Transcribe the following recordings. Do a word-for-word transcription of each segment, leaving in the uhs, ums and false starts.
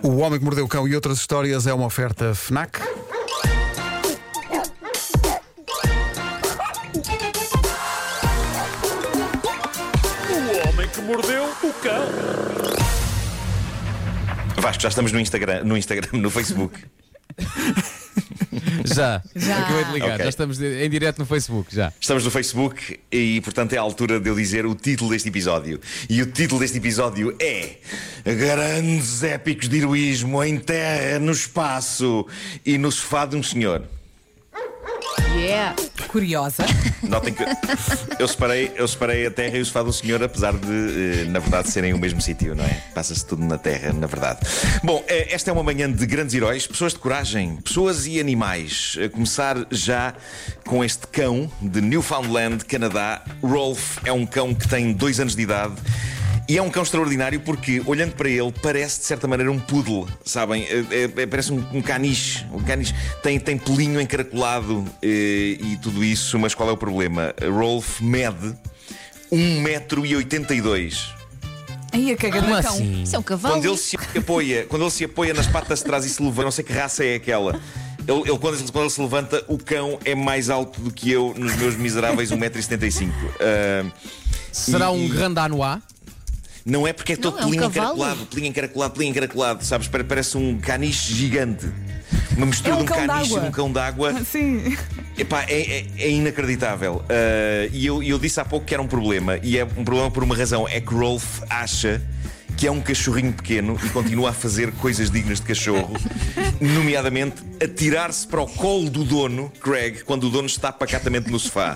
O Homem que Mordeu o Cão e outras histórias é uma oferta FNAC. O Homem que Mordeu o Cão. Vasco, já estamos no Instagram, no Instagram, no Facebook. Já, Já. acabei de ligar, Ok. já estamos em direto no Facebook, já. Estamos no Facebook e, portanto, é a altura de eu dizer o título deste episódio. E o título deste episódio é Grandes Épicos de Heroísmo em Terra, no Espaço e no Sofá de um Senhor. Yeah. Curiosa. Notem que eu separei, eu separei a Terra e o Sofá do Senhor, apesar de, eh, na verdade, serem o mesmo sítio, não é? Passa-se tudo na Terra, na verdade. Bom, eh, esta é uma manhã de grandes heróis, pessoas de coragem, pessoas e animais. A começar já com este cão de Newfoundland, Canadá. Rolf é um cão que tem dois anos de idade. E é um cão extraordinário porque, olhando para ele, parece de certa maneira um poodle, sabem? É, é, parece um, um caniche. Um caniche tem, tem pelinho encaracolado e, e tudo isso, mas qual é o problema? Rolf mede um metro e oitenta e dois. Aí a cagada Como cão. assim? Isso é um cavalo. Quando ele se apoia, quando ele se apoia nas patas de trás e se levanta, não sei que raça é aquela. Ele, ele, quando, ele, quando ele se levanta, o cão é mais alto do que eu nos meus miseráveis um metro e setenta e cinco. Uh, Será e- um e- grande anoá? Não é porque é todo Não, é um pelinho cavalo. encaracolado, pelinho encaracolado, pelinho encaracolado, sabes? Pare- Parece um caniche gigante. Uma mistura É um de um cão caniche e d'água. de um cão d'água. Sim. Epá, é, é, é inacreditável. Ah, e eu, eu disse há pouco que era um problema. E é um problema por uma razão. É que Rolf acha que é um cachorrinho pequeno e continua a fazer coisas dignas de cachorro. Nomeadamente, atirar-se para o colo do dono, Craig, quando o dono está pacatamente no sofá.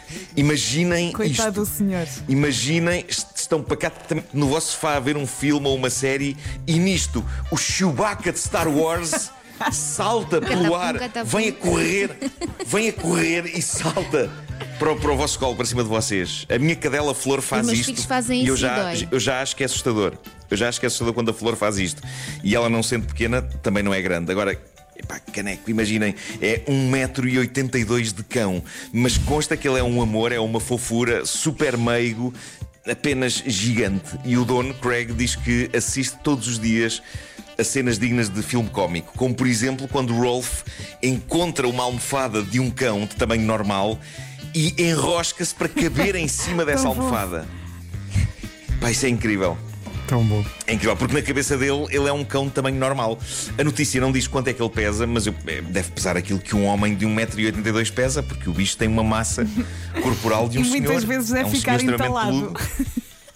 Imaginem Coitado isto. do senhor. Imaginem, est- estão pacatamente no vosso sofá a ver um filme ou uma série e nisto o Chewbacca de Star Wars salta pelo ar, catapum. vem a correr, vem a correr e salta para o, para o vosso colo, para cima de vocês. A minha cadela Flor faz Os meus isto filhos fazem e eu isso e já, dói. eu já acho que é assustador. Eu já acho que é assustador quando a Flor faz isto. E ela, não sendo pequena, também não é grande. Agora, epá, caneco, imaginem, é um metro e oitenta e dois de cão, mas consta que ele é um amor, é uma fofura, super meigo, apenas gigante. E o dono, Craig, diz que assiste todos os dias a cenas dignas de filme cómico, como por exemplo quando Rolf encontra uma almofada de um cão de tamanho normal e enrosca-se para caber em cima dessa Tão fofo. almofada. Pá, isso é incrível. Tão bom. É incrível, porque na cabeça dele ele é um cão de tamanho normal. A notícia não diz quanto é que ele pesa, mas eu, é, deve pesar aquilo que um homem de um metro e oitenta e dois pesa, porque o bicho tem uma massa corporal de um E senhor. muitas vezes é deve um ficar senhor extremamente entalado. peludo.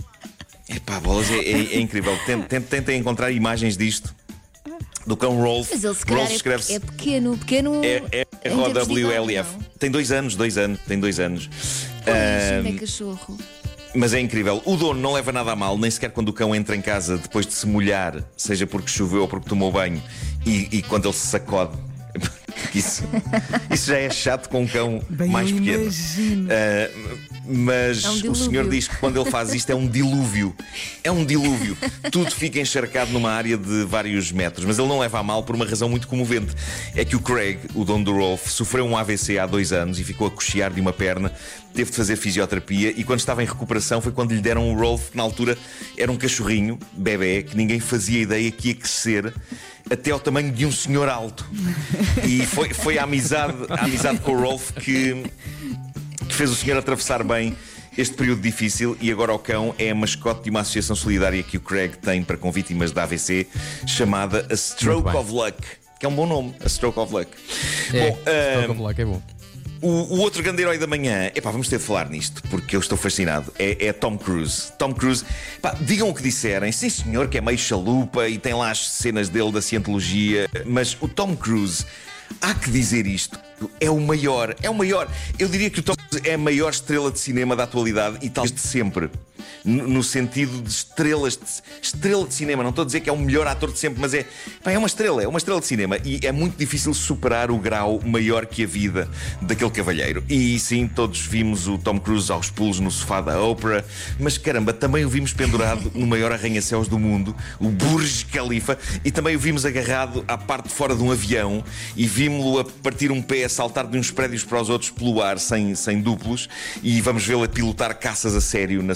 Epá, bolas, é, é, é incrível. Ten- ten- Tentem encontrar imagens disto. Do cão Rolf. Mas ele se calhar Rolf é, escreve-se. é pequeno, pequeno. É, é, é em R O termos de W L idade, F. não? Tem dois anos, dois anos, tem dois anos. Pois, Ah, ainda é cachorro. Mas é incrível. O dono não leva nada a mal, nem sequer quando o cão entra em casa depois de se molhar, seja porque choveu ou porque tomou banho, e, e quando ele se sacode. Isso, isso já é chato com um cão Bem, mais eu pequeno. imagino. Ah, mas É um o dilúvio. senhor diz que quando ele faz isto é um dilúvio. É um dilúvio. Tudo fica encharcado numa área de vários metros. Mas ele não leva a mal por uma razão muito comovente. É que o Craig, o dono do Rolf, sofreu um A V C há dois anos e ficou a coxear de uma perna. Teve de fazer fisioterapia e quando estava em recuperação foi quando lhe deram o Rolf, que na altura era um cachorrinho, bebê, que ninguém fazia ideia que ia crescer até ao tamanho de um senhor alto. E foi, foi a amizade, a amizade com o Rolf que, que fez o senhor atravessar bem este período difícil. E agora o cão é a mascote de uma associação solidária que o Craig tem para com vítimas de A V C, chamada A Stroke Muito bem. of Luck, que é um bom nome, A Stroke of Luck. É, Bom, ah, toca lá, que é bom. o, o outro grande herói da manhã, epá, vamos ter de falar nisto, porque eu estou fascinado. É, é Tom Cruise. Tom Cruise, pá, digam o que disserem, sim senhor, que é meio chalupa e tem lá as cenas dele da cientologia, mas o Tom Cruise, há que dizer isto, é o maior, é o maior. Eu diria que o Tom Cruise é a maior estrela de cinema da atualidade e talvez de sempre. No, no sentido de estrelas de, estrela de cinema, não estou a dizer que é o melhor ator de sempre, mas é, pá, é uma estrela, é uma estrela de cinema e é muito difícil superar o grau maior que a vida daquele cavalheiro. E sim, todos vimos o Tom Cruise aos pulos no sofá da Oprah, mas caramba, também o vimos pendurado no maior arranha-céus do mundo, o Burj Khalifa, e também o vimos agarrado à parte de fora de um avião e vimos-lo a partir um pé, a saltar de uns prédios para os outros pelo ar sem, sem duplos, e vamos vê-lo a pilotar caças a sério na sequência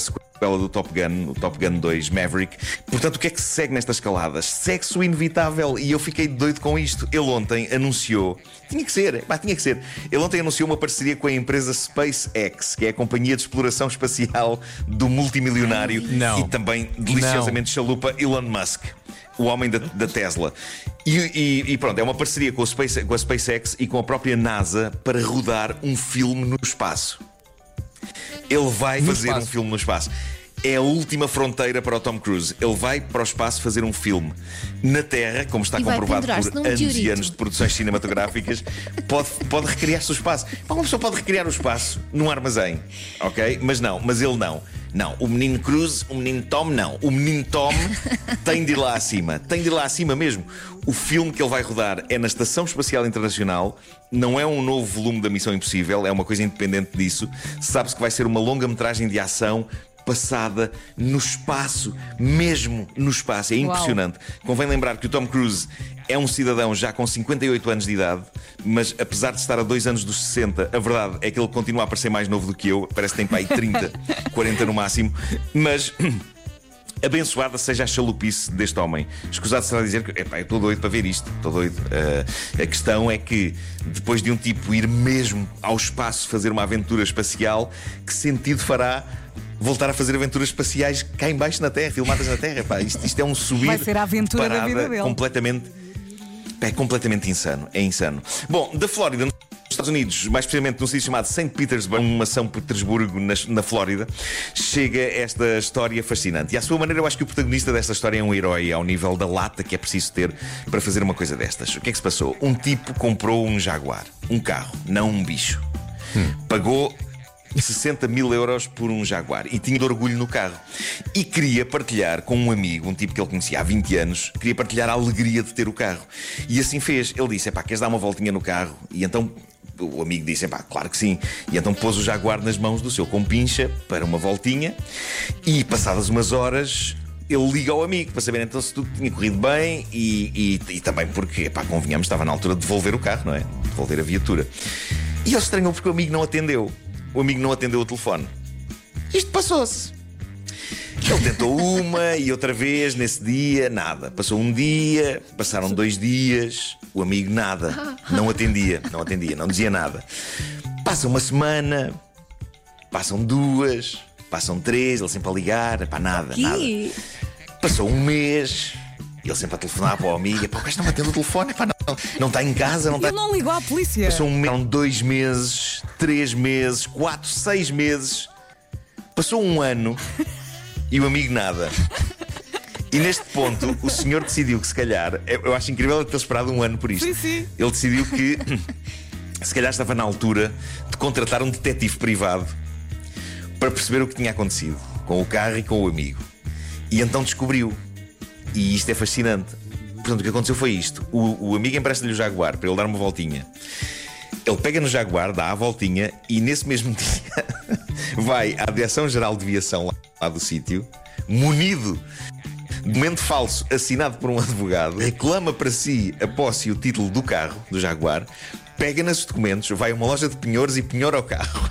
sequela do Top Gun, o Top Gun dois Maverick. Portanto, o que é que se segue nestas escaladas? Segue-se o inevitável, e eu fiquei doido com isto. Ele ontem anunciou, tinha que ser, pá, tinha que ser. Ele ontem anunciou uma parceria com a empresa SpaceX, que é a companhia de exploração espacial do multimilionário Não. e também deliciosamente chalupa Elon Musk, o homem da, da Tesla. E, e, e pronto, é uma parceria com, o Space, com a SpaceX e com a própria NASA para rodar um filme no espaço. Ele vai No fazer espaço. um filme no espaço. É a última fronteira para o Tom Cruise. Ele vai para o espaço fazer um filme. Na Terra, como está E vai comprovado pendurar-se por num anos e meteorito. anos de produções cinematográficas, pode, pode recriar-se o espaço. Pá, uma pessoa pode recriar o espaço num armazém, ok? Mas não, mas ele não. Não, o menino Cruise, o menino Tom, não. O menino Tom tem de ir lá acima. Tem de ir lá acima mesmo. O filme que ele vai rodar é na Estação Espacial Internacional. Não é um novo volume da Missão Impossível, é uma coisa independente disso. Sabe-se que vai ser uma longa-metragem de ação passada no espaço, mesmo no espaço. É impressionante. Convém lembrar que o Tom Cruise é um cidadão já com cinquenta e oito anos de idade, mas apesar de estar a dois anos dos sessenta, a verdade é que ele continua a parecer mais novo do que eu. Parece que tem para aí trinta, quarenta no máximo. Mas abençoada seja a chalupice deste homem. Escusado será dizer que epá, eu estou doido para ver isto. Estou doido. Uh, a questão é que depois de um tipo ir mesmo ao espaço fazer uma aventura espacial, que sentido fará voltar a fazer aventuras espaciais cá em baixo na Terra, filmadas na Terra? Epá, isto, isto é um subir. Vai ser a aventura parada da vida dele. Completamente, é completamente insano. É insano. Bom, da Flórida, nos Estados Unidos, mais precisamente num sítio chamado Saint Petersburg, uma São Petersburgo na, na Flórida, chega esta história fascinante. E à sua maneira, eu acho que o protagonista desta história é um herói ao nível da lata que é preciso ter para fazer uma coisa destas. O que é que se passou? Um tipo comprou um Jaguar, um carro, não um bicho. Hum. Pagou sessenta mil euros por um Jaguar e tinha de orgulho no carro. E queria partilhar com um amigo, um tipo que ele conhecia há vinte anos, queria partilhar a alegria de ter o carro. E assim fez. Ele disse: epá, queres dar uma voltinha no carro? E então o amigo disse: epá, claro que sim. E então pôs o Jaguar nas mãos do seu compincha para uma voltinha. E passadas umas horas, ele liga ao amigo para saber então se tudo tinha corrido bem e, e, e também porque, epá, convenhamos, estava na altura de devolver o carro, não é? Devolver a viatura. E ele estranhou porque o amigo não atendeu. O amigo não atendeu o telefone. Isto passou-se. Ele tentou uma e outra vez nesse dia, nada. Passou um dia, passaram dois dias, o amigo nada. Não atendia, não atendia, não dizia nada. Passa uma semana, passam duas, passam três, ele sempre a ligar, pá, nada, nada. Passou um mês, ele sempre a telefonar para o amigo, pá, o gajo não atende o telefone, pá, não, não, não está em casa, não está. Ele não ligou à polícia. Passou um mês, dois meses, três meses, quatro, seis meses. Passou um ano e o amigo nada. E neste ponto o senhor decidiu que se calhar, eu acho incrível ele ter esperado um ano por isto. Sim, sim. Ele decidiu que se calhar estava na altura de contratar um detetive privado para perceber o que tinha acontecido com o carro e com o amigo. E então descobriu. E isto é fascinante. Portanto, o que aconteceu foi isto: o, o amigo empresta-lhe o Jaguar para ele dar uma voltinha. Ele pega no Jaguar, dá a voltinha e nesse mesmo dia vai à Direção-Geral de Viação lá, lá do sítio, munido de documento falso assinado por um advogado, reclama para si a posse e o título do carro, do Jaguar, pega nesses documentos, vai a uma loja de penhores e penhora o carro.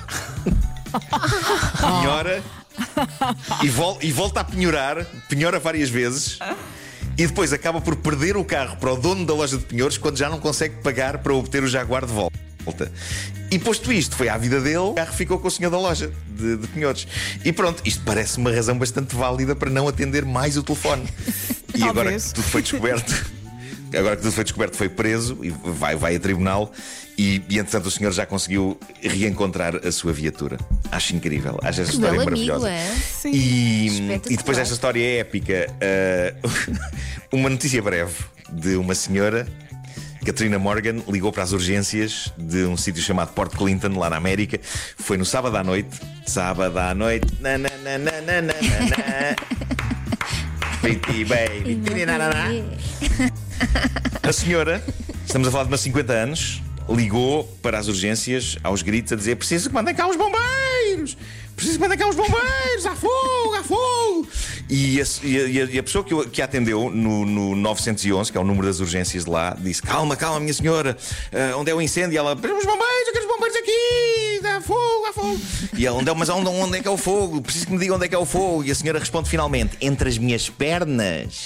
Penhora e, vol- e volta a penhorar, penhora várias vezes. E depois acaba por perder o carro para o dono da loja de penhores quando já não consegue pagar para obter o Jaguar de volta. E posto isto, foi à vida dele, o carro ficou com o senhor da loja de, de penhores. E pronto, isto parece uma razão bastante válida para não atender mais o telefone. E Talvez. agora que tudo foi descoberto, agora que tudo foi descoberto, foi preso e vai, vai a tribunal. E, e entretanto o senhor já conseguiu reencontrar a sua viatura. Acho incrível, acho esta Que história belo maravilhosa. amigo, é? Sim. E, Espetacular. e depois desta história épica, uh, uma notícia breve de uma senhora, Katrina Morgan, ligou para as urgências de um sítio chamado Port Clinton, lá na América. Foi no sábado à noite. Sábado à noite. Na, na, na, na, na, na, na. Pretty baby. Na, na, na. A senhora, estamos a falar de umas cinquenta anos, ligou para as urgências aos gritos a dizer: preciso que mandem cá os bombeiros! Preciso que mandem cá os bombeiros! Há fogo! Há fogo! E a, e a, e a pessoa que, o- que a atendeu no, no novecentos e onze, que é o número das urgências de lá, disse: calma, calma, minha senhora, uh, onde é o incêndio? E ela: os bombeiros, aqueles bombeiros aqui! Há fogo, há fogo. E ele, onde é, mas onde, onde é que é o fogo? Preciso que me diga onde é que é o fogo. E a senhora responde finalmente: entre as minhas pernas.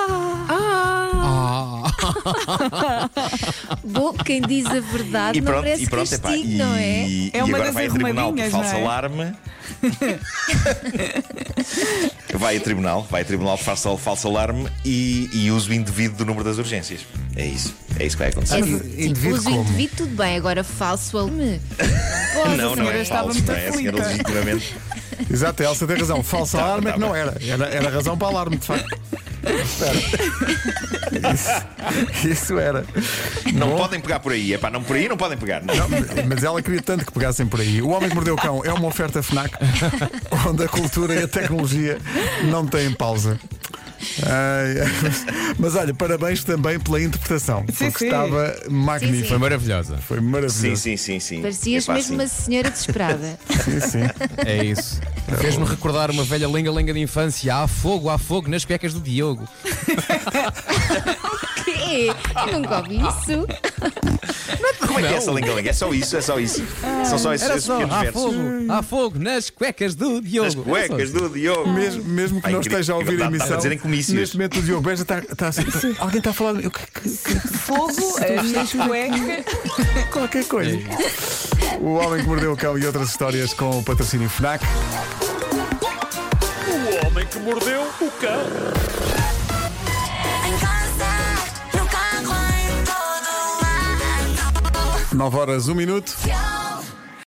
Bom, quem diz a verdade E não pronto, merece e pronto, epá, castigo, e, não é? e É uma agora das vai a tribunal por arrumadinhas, falso não é? alarme. Vai a tribunal, vai a tribunal por falso, falso alarme e, e uso indevido do número das urgências. É isso, é isso que vai acontecer. É, Mas sim, indevido uso como? indevido, tudo bem, agora falso alarme. Não, não é estava falso, muito não é? A senhora aflita. legitimamente. Exato, a Elsa tem razão. Falso Tá, alarme é tá que não bem. era. Era, era razão para alarme, de facto. Espera. Isso, isso era. Não Bom, podem pegar por aí, é pá, não por aí não podem pegar. Não. não, mas ela queria tanto que pegassem por aí. O Homem que Mordeu o Cão é uma oferta FNAC onde a cultura e a tecnologia não têm pausa. Ai, ai, mas, mas olha, parabéns também pela interpretação. Sim, Porque sim. estava magnífico. Foi maravilhosa. Foi maravilhoso. Sim, sim, sim, sim. Parecias Epá, mesmo sim. uma senhora desesperada. Sim, sim. É isso. Fez-me recordar uma velha lenga-lenga de infância. Há fogo, há fogo nas cuecas do Diogo. Quê? Eu nunca ouvi isso. Como é que é essa lenga-lenga? É só isso, é só isso. São só esses, Era esses só, pequenos há versos. fogo, há fogo nas cuecas do Diogo. As cuecas do Diogo. Mesmo, mesmo que Ai, não que- esteja a ouvir dá- a dá emissão, para dizer em comícios. neste momento o Diogo Beja está, está assim. Alguém está a falar de mim. O que- que- que- Fogo, as minhas cuecas. Qualquer coisa. O Homem que Mordeu o Cão e outras histórias com o patrocínio FNAC. O homem que mordeu o cão. Em casa, no carro, em todo lado. nove horas, um minuto. Eu